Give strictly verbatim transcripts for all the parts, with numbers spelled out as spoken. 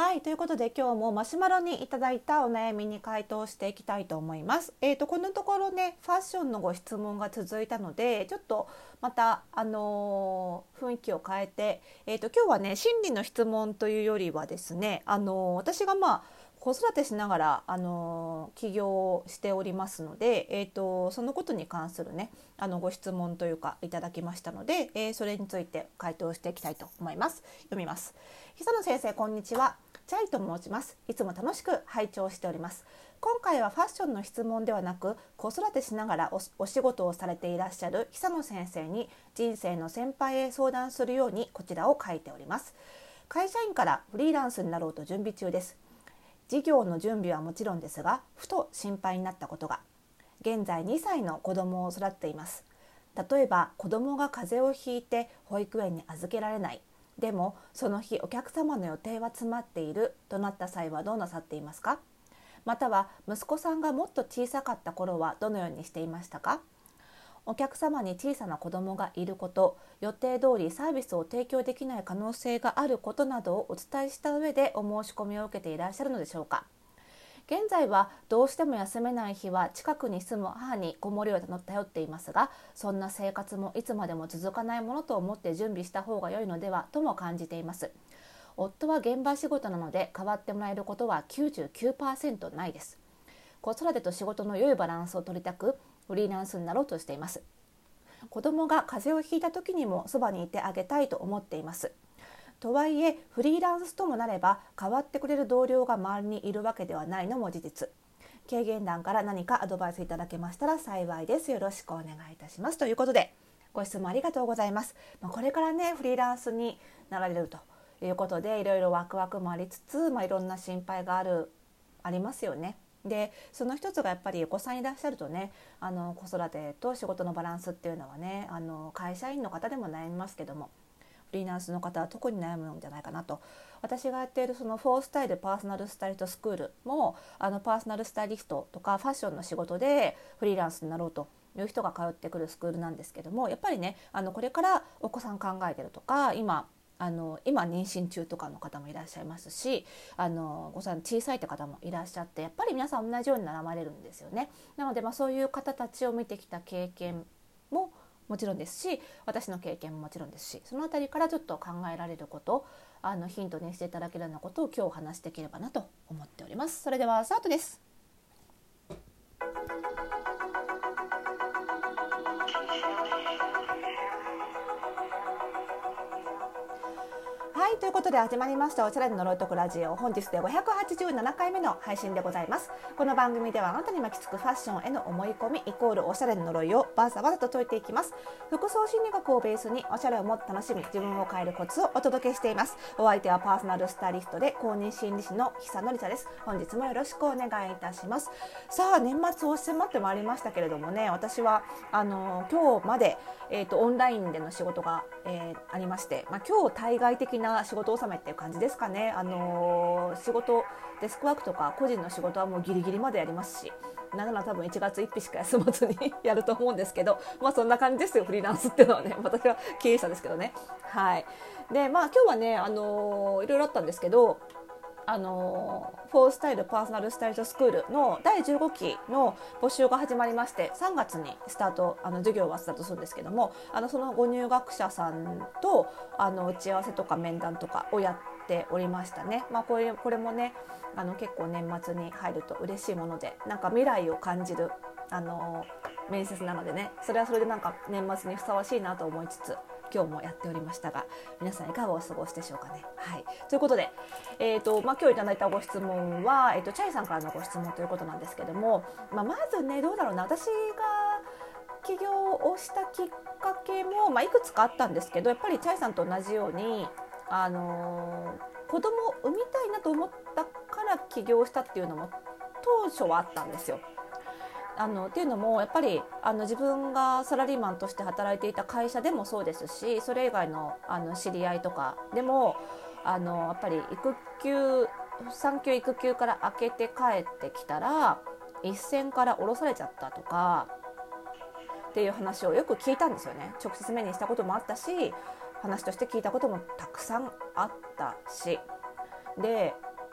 はい、ということで今日もマシュマロにいただいたお悩みに回答していきたいと思います。えーと、このところねファッションのご質問が続いたのでちょっとまた、あのー雰囲気を変えて、えーと、今日はね心理の質問というよりはですね、あのー私がまあ子育てしながら、あのー起業をしておりますので、えーと、そのことに関するねあのご質問というかいただきましたので、えーそれについて回答していきたいと思います。読みます。久野先生、こんにちは。チャイと申します。いつも楽しく拝聴しております。今回はファッションの質問ではなく、子育てしながら お, お仕事をされていらっしゃる久野先生に人生の先輩へ相談するようにこちらを書いております。会社員からフリーランスになろうと準備中です。事業の準備はもちろんですが、ふと心配になったことが、現在にさいの子供を育てています。例えば子供が風邪をひいて保育園に預けられない、でもその日お客様の予定は詰まっているとなった際はどうなさっていますか？または息子さんがもっと小さかった頃はどのようにしていましたか？お客様に小さな子供がいること、予定通りサービスを提供できない可能性があることなどをお伝えした上でお申し込みを受けていらっしゃるのでしょうか？現在はどうしても休めない日は近くに住む母に子守りを頼っていますが、そんな生活もいつまでも続かないものと思って準備した方が良いのではとも感じています。夫は現場仕事なので代わってもらえることは きゅうじゅうきゅうパーセント ないです。子育てと仕事の良いバランスを取りたくフリーランスになろうとしています。子供が風邪をひいた時にもそばにいてあげたいと思っています。とはいえフリーランスともなれば代わってくれる同僚が周りにいるわけではないのも事実。軽減談から何かアドバイスいただけましたら幸いです。よろしくお願いいたします。ということでご質問ありがとうございます。まあ、これからねフリーランスになられるということでいろいろワクワクもありつつ、まあ、いろんな心配があるありますよね。でその一つがやっぱりお子さんいらっしゃるとね、あの子育てと仕事のバランスっていうのはね、あの会社員の方でも悩みますけども、フリーランスの方は特に悩むんじゃないかなと。私がやっているそのフォースタイルパーソナルスタイリストスクールも、あのパーソナルスタイリストとかファッションの仕事でフリーランスになろうという人が通ってくるスクールなんですけども、やっぱりねあのこれからお子さん考えてるとか、今あの今妊娠中とかの方もいらっしゃいますし、あのお子さん小さいって方もいらっしゃって、やっぱり皆さん同じように悩まれるんですよね。なので、まあ、そういう方たちを見てきた経験ももちろんですし、私の経験ももちろんですし、そのあたりからちょっと考えられること、あのヒントにしていただけるようなことを今日お話しできればなと思っております。それではスタートです。はい、ということで始まりましたおしゃれの呪いとくラジオ、本日でごひゃくはちじゅうななかいめの配信でございます。この番組ではあなたに巻きつくファッションへの思い込みイコールおしゃれの呪いをバサバサと解いていきます。服装心理学をベースにおしゃれをもっと楽しみ自分を変えるコツをお届けしています。お相手はパーソナルスタイリストで公認心理師の久野里沙です。本日もよろしくお願いいたします。さあ年末を迫ってまいりましたけれどもね、私はあの今日まで、えーと、オンラインでの仕事が、えー、ありまして、まあ、今日対外的な仕事納めっていう感じですかね。あのー、仕事デスクワークとか個人の仕事はもうギリギリまでやりますし、なんなら多分いちがつついたちしか休まずにやると思うんですけど、まあそんな感じですよフリーランスっていうのはね。私は経営者ですけどね。はい。でまあ今日はね、あのー、いろいろあったんですけど、あのフォースタイルパーソナルスタイリストスクールのだいじゅうごきの募集が始まりまして、さんがつにスタート、あの授業はスタートするんですけども、あのそのご入学者さんとあの打ち合わせとか面談とかをやっておりましたね。まあ、これ、これもねあの結構年末に入ると嬉しいもので、なんか未来を感じるあの面接なのでね、それはそれでなんか年末にふさわしいなと思いつつ今日もやっておりましたが、皆さんいかがお過ごしでしょうかね。はい、ということで、えーとまあ、今日いただいたご質問は、えーと、チャイさんからのご質問ということなんですけども、まあ、まずねどうだろうな、私が起業をしたきっかけも、まあ、いくつかあったんですけど、やっぱりチャイさんと同じように、あのー、子供を産みたいなと思ったから起業したっていうのも当初はあったんですよ。あのっていうのもやっぱりあの自分がサラリーマンとして働いていた会社でもそうですし、それ以外 の, あの知り合いとかでもあのやっぱり育休産休育休から明けて帰ってきたら一線から降ろされちゃったとかっていう話をよく聞いたんですよね。直接目にしたこともあったし、話として聞いたこともたくさんあったし、で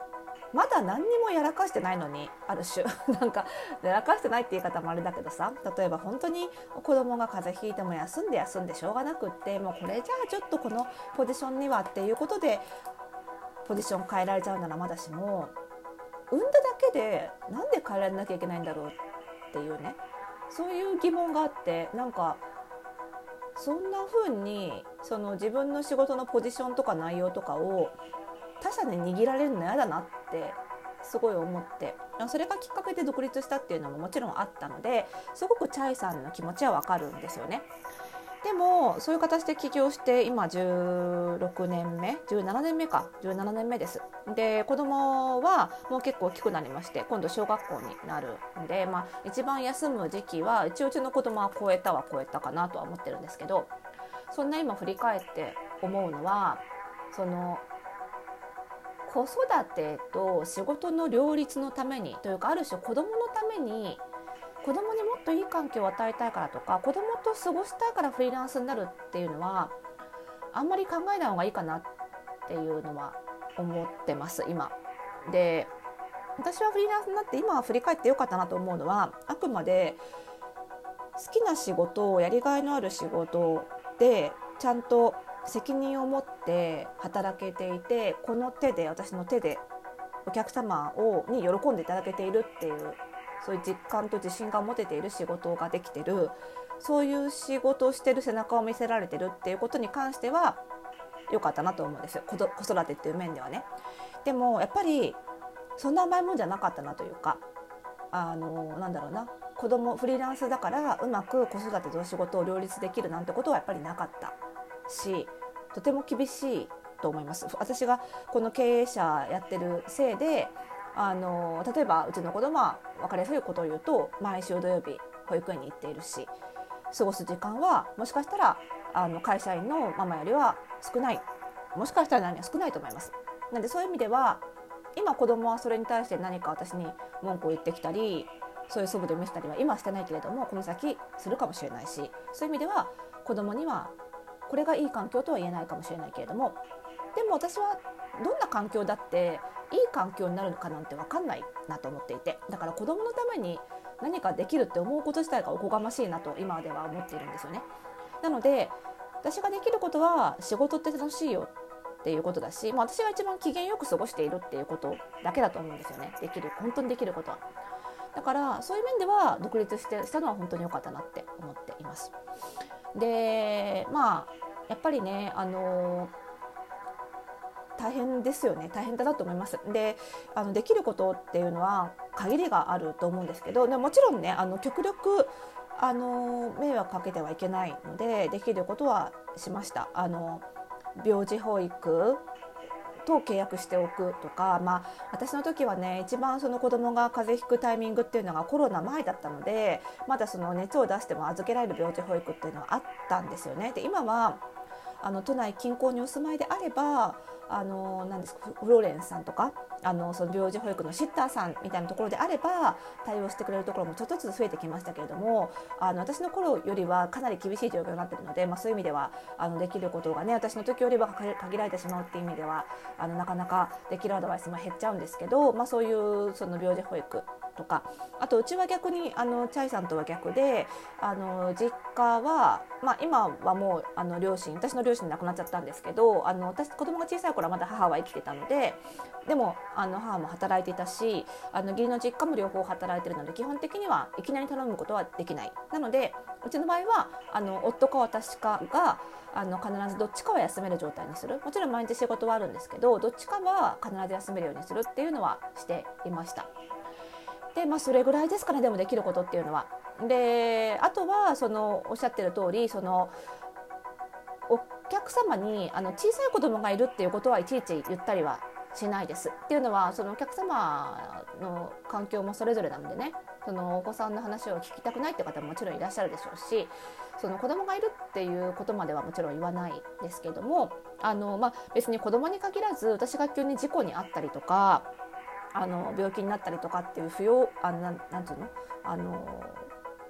まだ何にもやらかしてないのに、ある種なんかやらかしてないって言い方もあれだけどさ、例えば本当に子供が風邪ひいても休んで休んでしょうがなくって、もうこれじゃあちょっとこのポジションにはっていうことでポジション変えられちゃうならまだしも、産んだだけでなんで変えられなきゃいけないんだろうっていうね、そういう疑問があって、なんかそんな風にその自分の仕事のポジションとか内容とかを他者に握られるの嫌だなってすごい思って、それがきっかけで独立したっていうのももちろんあったので、すごくチャイさんの気持ちはわかるんですよね。でもそういう形で起業して今じゅうろくねんめじゅうななねんめかじゅうななねんめです。で子供はもう結構大きくなりまして、今度小学校になるんで、まあ、一番休む時期は一応うちの子供は超えたは超えたかなとは思ってるんですけど、そんな今振り返って思うのは、その子育てと仕事の両立のためにというか、ある種子どものために子どもにもっといい環境を与えたいからとか、子どもと過ごしたいからフリーランスになるっていうのはあんまり考えない方がいいかなっていうのは思ってます今で。私はフリーランスになって今振り返ってよかったなと思うのは、あくまで好きな仕事をやりがいのある仕事でちゃんと責任を持って働けていて、この手で私の手でお客様をに喜んでいただけているっていう、そういう実感と自信が持てている仕事ができてる、そういう仕事をしてる背中を見せられてるっていうことに関しては良かったなと思うんですよ、子育てっていう面ではね。でもやっぱりそんな甘いもんじゃなかったなというか、あのなんだろうな、子供フリーランスだからうまく子育てと仕事を両立できるなんてことはやっぱりなかったし、とても厳しいと思います。私がこの経営者やってるせいで、あの例えばうちの子供は分かりやすいことを言うと毎週土曜日保育園に行っているし、過ごす時間はもしかしたらあの会社員のママよりは少ない、もしかしたら何少ないと思います。なのでそういう意味では今子供はそれに対して何か私に文句を言ってきたり、そういう素振りを見せたりは今してないけれども、この先するかもしれないし、そういう意味では子供にはこれがいい環境とは言えないかもしれないけれども、でも私はどんな環境だっていい環境になるのかなんて分かんないなと思っていて、だから子供のために何かできるって思うこと自体がおこがましいなと今では思っているんですよね。なので私ができることは仕事って楽しいよっていうことだし、まあ、私が一番機嫌よく過ごしているっていうことだけだと思うんですよね。できる本当にできることは。だからそういう面では独立してしたのは本当に良かったなって思っています。でまあやっぱりね、あの大変ですよね。大変だなと思います。であのできることっていうのは限りがあると思うんですけど、でもちろんね、あの極力あの迷惑かけてはいけないのでできることはしました。あの病児保育と契約しておくとか、まあ、私の時はね一番その子供が風邪ひくタイミングっていうのがコロナ前だったので、まだその熱を出しても預けられる病児保育っていうのはあったんですよね。で今はあの都内近郊にお住まいであれば、あの何ですか、フローレンスさんとかあのその病児保育のシッターさんみたいなところであれば対応してくれるところもちょっとずつ増えてきましたけれども、あの私の頃よりはかなり厳しい状況になっているので、まあ、そういう意味ではあのできることがね、私の時よりは限られてしまうっていう意味ではあのなかなかできるアドバイスも減っちゃうんですけど、まあ、そういうその病児保育とか、あとうちは逆にあのチャイさんとは逆で、あの実家は、まあ、今はもうあの両親私の両親亡くなっちゃったんですけど、あの私子供が小さい頃はまだ母は生きてたので、でもあの母も働いていたし、あの義理の実家も両方働いているので基本的にはいきなり頼むことはできない。なのでうちの場合はあの夫か私かがあの必ずどっちかは休める状態にする。もちろん毎日仕事はあるんですけど、どっちかは必ず休めるようにするっていうのはしていました。で、まあ、それぐらいですかね、でもできることっていうのは。であとはそのおっしゃってる通り、そのお客様にあの小さい子供がいるっていうことはいちいち言ったりはしないです。っていうのはそのお客様の環境もそれぞれなのでね、そのお子さんの話を聞きたくないって方ももちろんいらっしゃるでしょうし、その子供がいるっていうことまではもちろん言わないですけども、あの、まあ、別に子供に限らず私が急に事故に遭ったりとかあの病気になったりとかっていう不要あななんていうのあの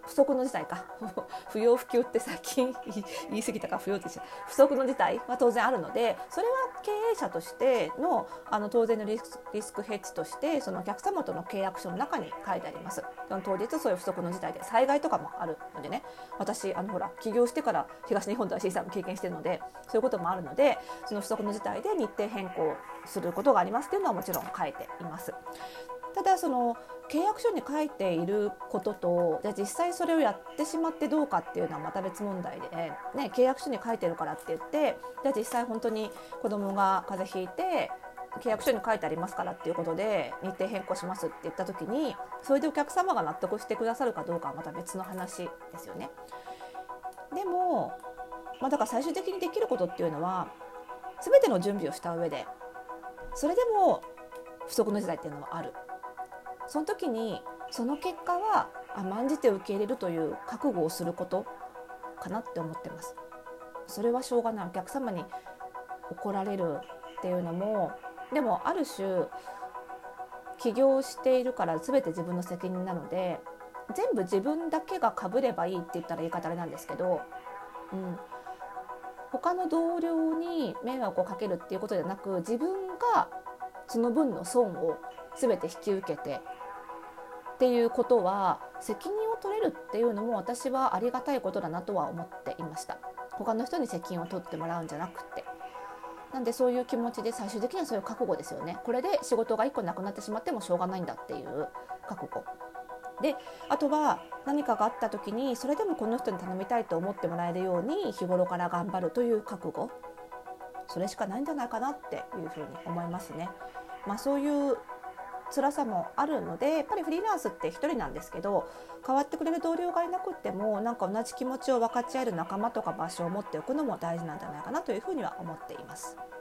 不測の事態か不要不急って最近言い過ぎたから不要って不測の事態は当然あるので、それは経営者としてのあの当然のリスク、リスクヘッジとしてそのお客様との契約書の中に書いてあります。その当日そういう不測の事態で災害とかもあるのでね、私あのほら起業してから東日本大震災も経験しているのでそういうこともあるので、その不測の事態で日程変更することがありますっていうのはもちろん書いています。ただその契約書に書いていることと、じゃあ実際それをやってしまってどうかっていうのはまた別問題で、ね、契約書に書いてるからって言ってじゃあ実際本当に子供が風邪ひいて契約書に書いてありますからっていうことで日程変更しますって言った時に、それでお客様が納得してくださるかどうかはまた別の話ですよね。でも、まあ、だから最終的にできることっていうのは全ての準備をした上で、それでも不測の事態っていうのはある。その時にその結果は甘んじて受け入れるという覚悟をすることかなって思ってます。それはしょうがない。お客様に怒られるっていうのも、でもある種起業しているから全て自分の責任なので、全部自分だけが被ればいいって言ったら言い方あれなんですけど、うん、他の同僚に迷惑をかけるっていうことじゃなく、自分がその分の損を全て引き受けてっていうことは責任を取れるっていうのも私はありがたいことだなとは思っていました。他の人に責任を取ってもらうんじゃなくて、なんでそういう気持ちで最終的にはそういう覚悟ですよね。これで仕事がいっこなくなってしまってもしょうがないんだっていう覚悟で、あとは何かがあった時にそれでもこの人に頼みたいと思ってもらえるように日頃から頑張るという覚悟、それしかないんじゃないかなっていうふうに思いますね。まあ、そういう辛さもあるので、やっぱりフリーランスって一人なんですけど、代わってくれる同僚がいなくってもなんか同じ気持ちを分かち合える仲間とか場所を持っておくのも大事なんじゃないかなというふうには思っています。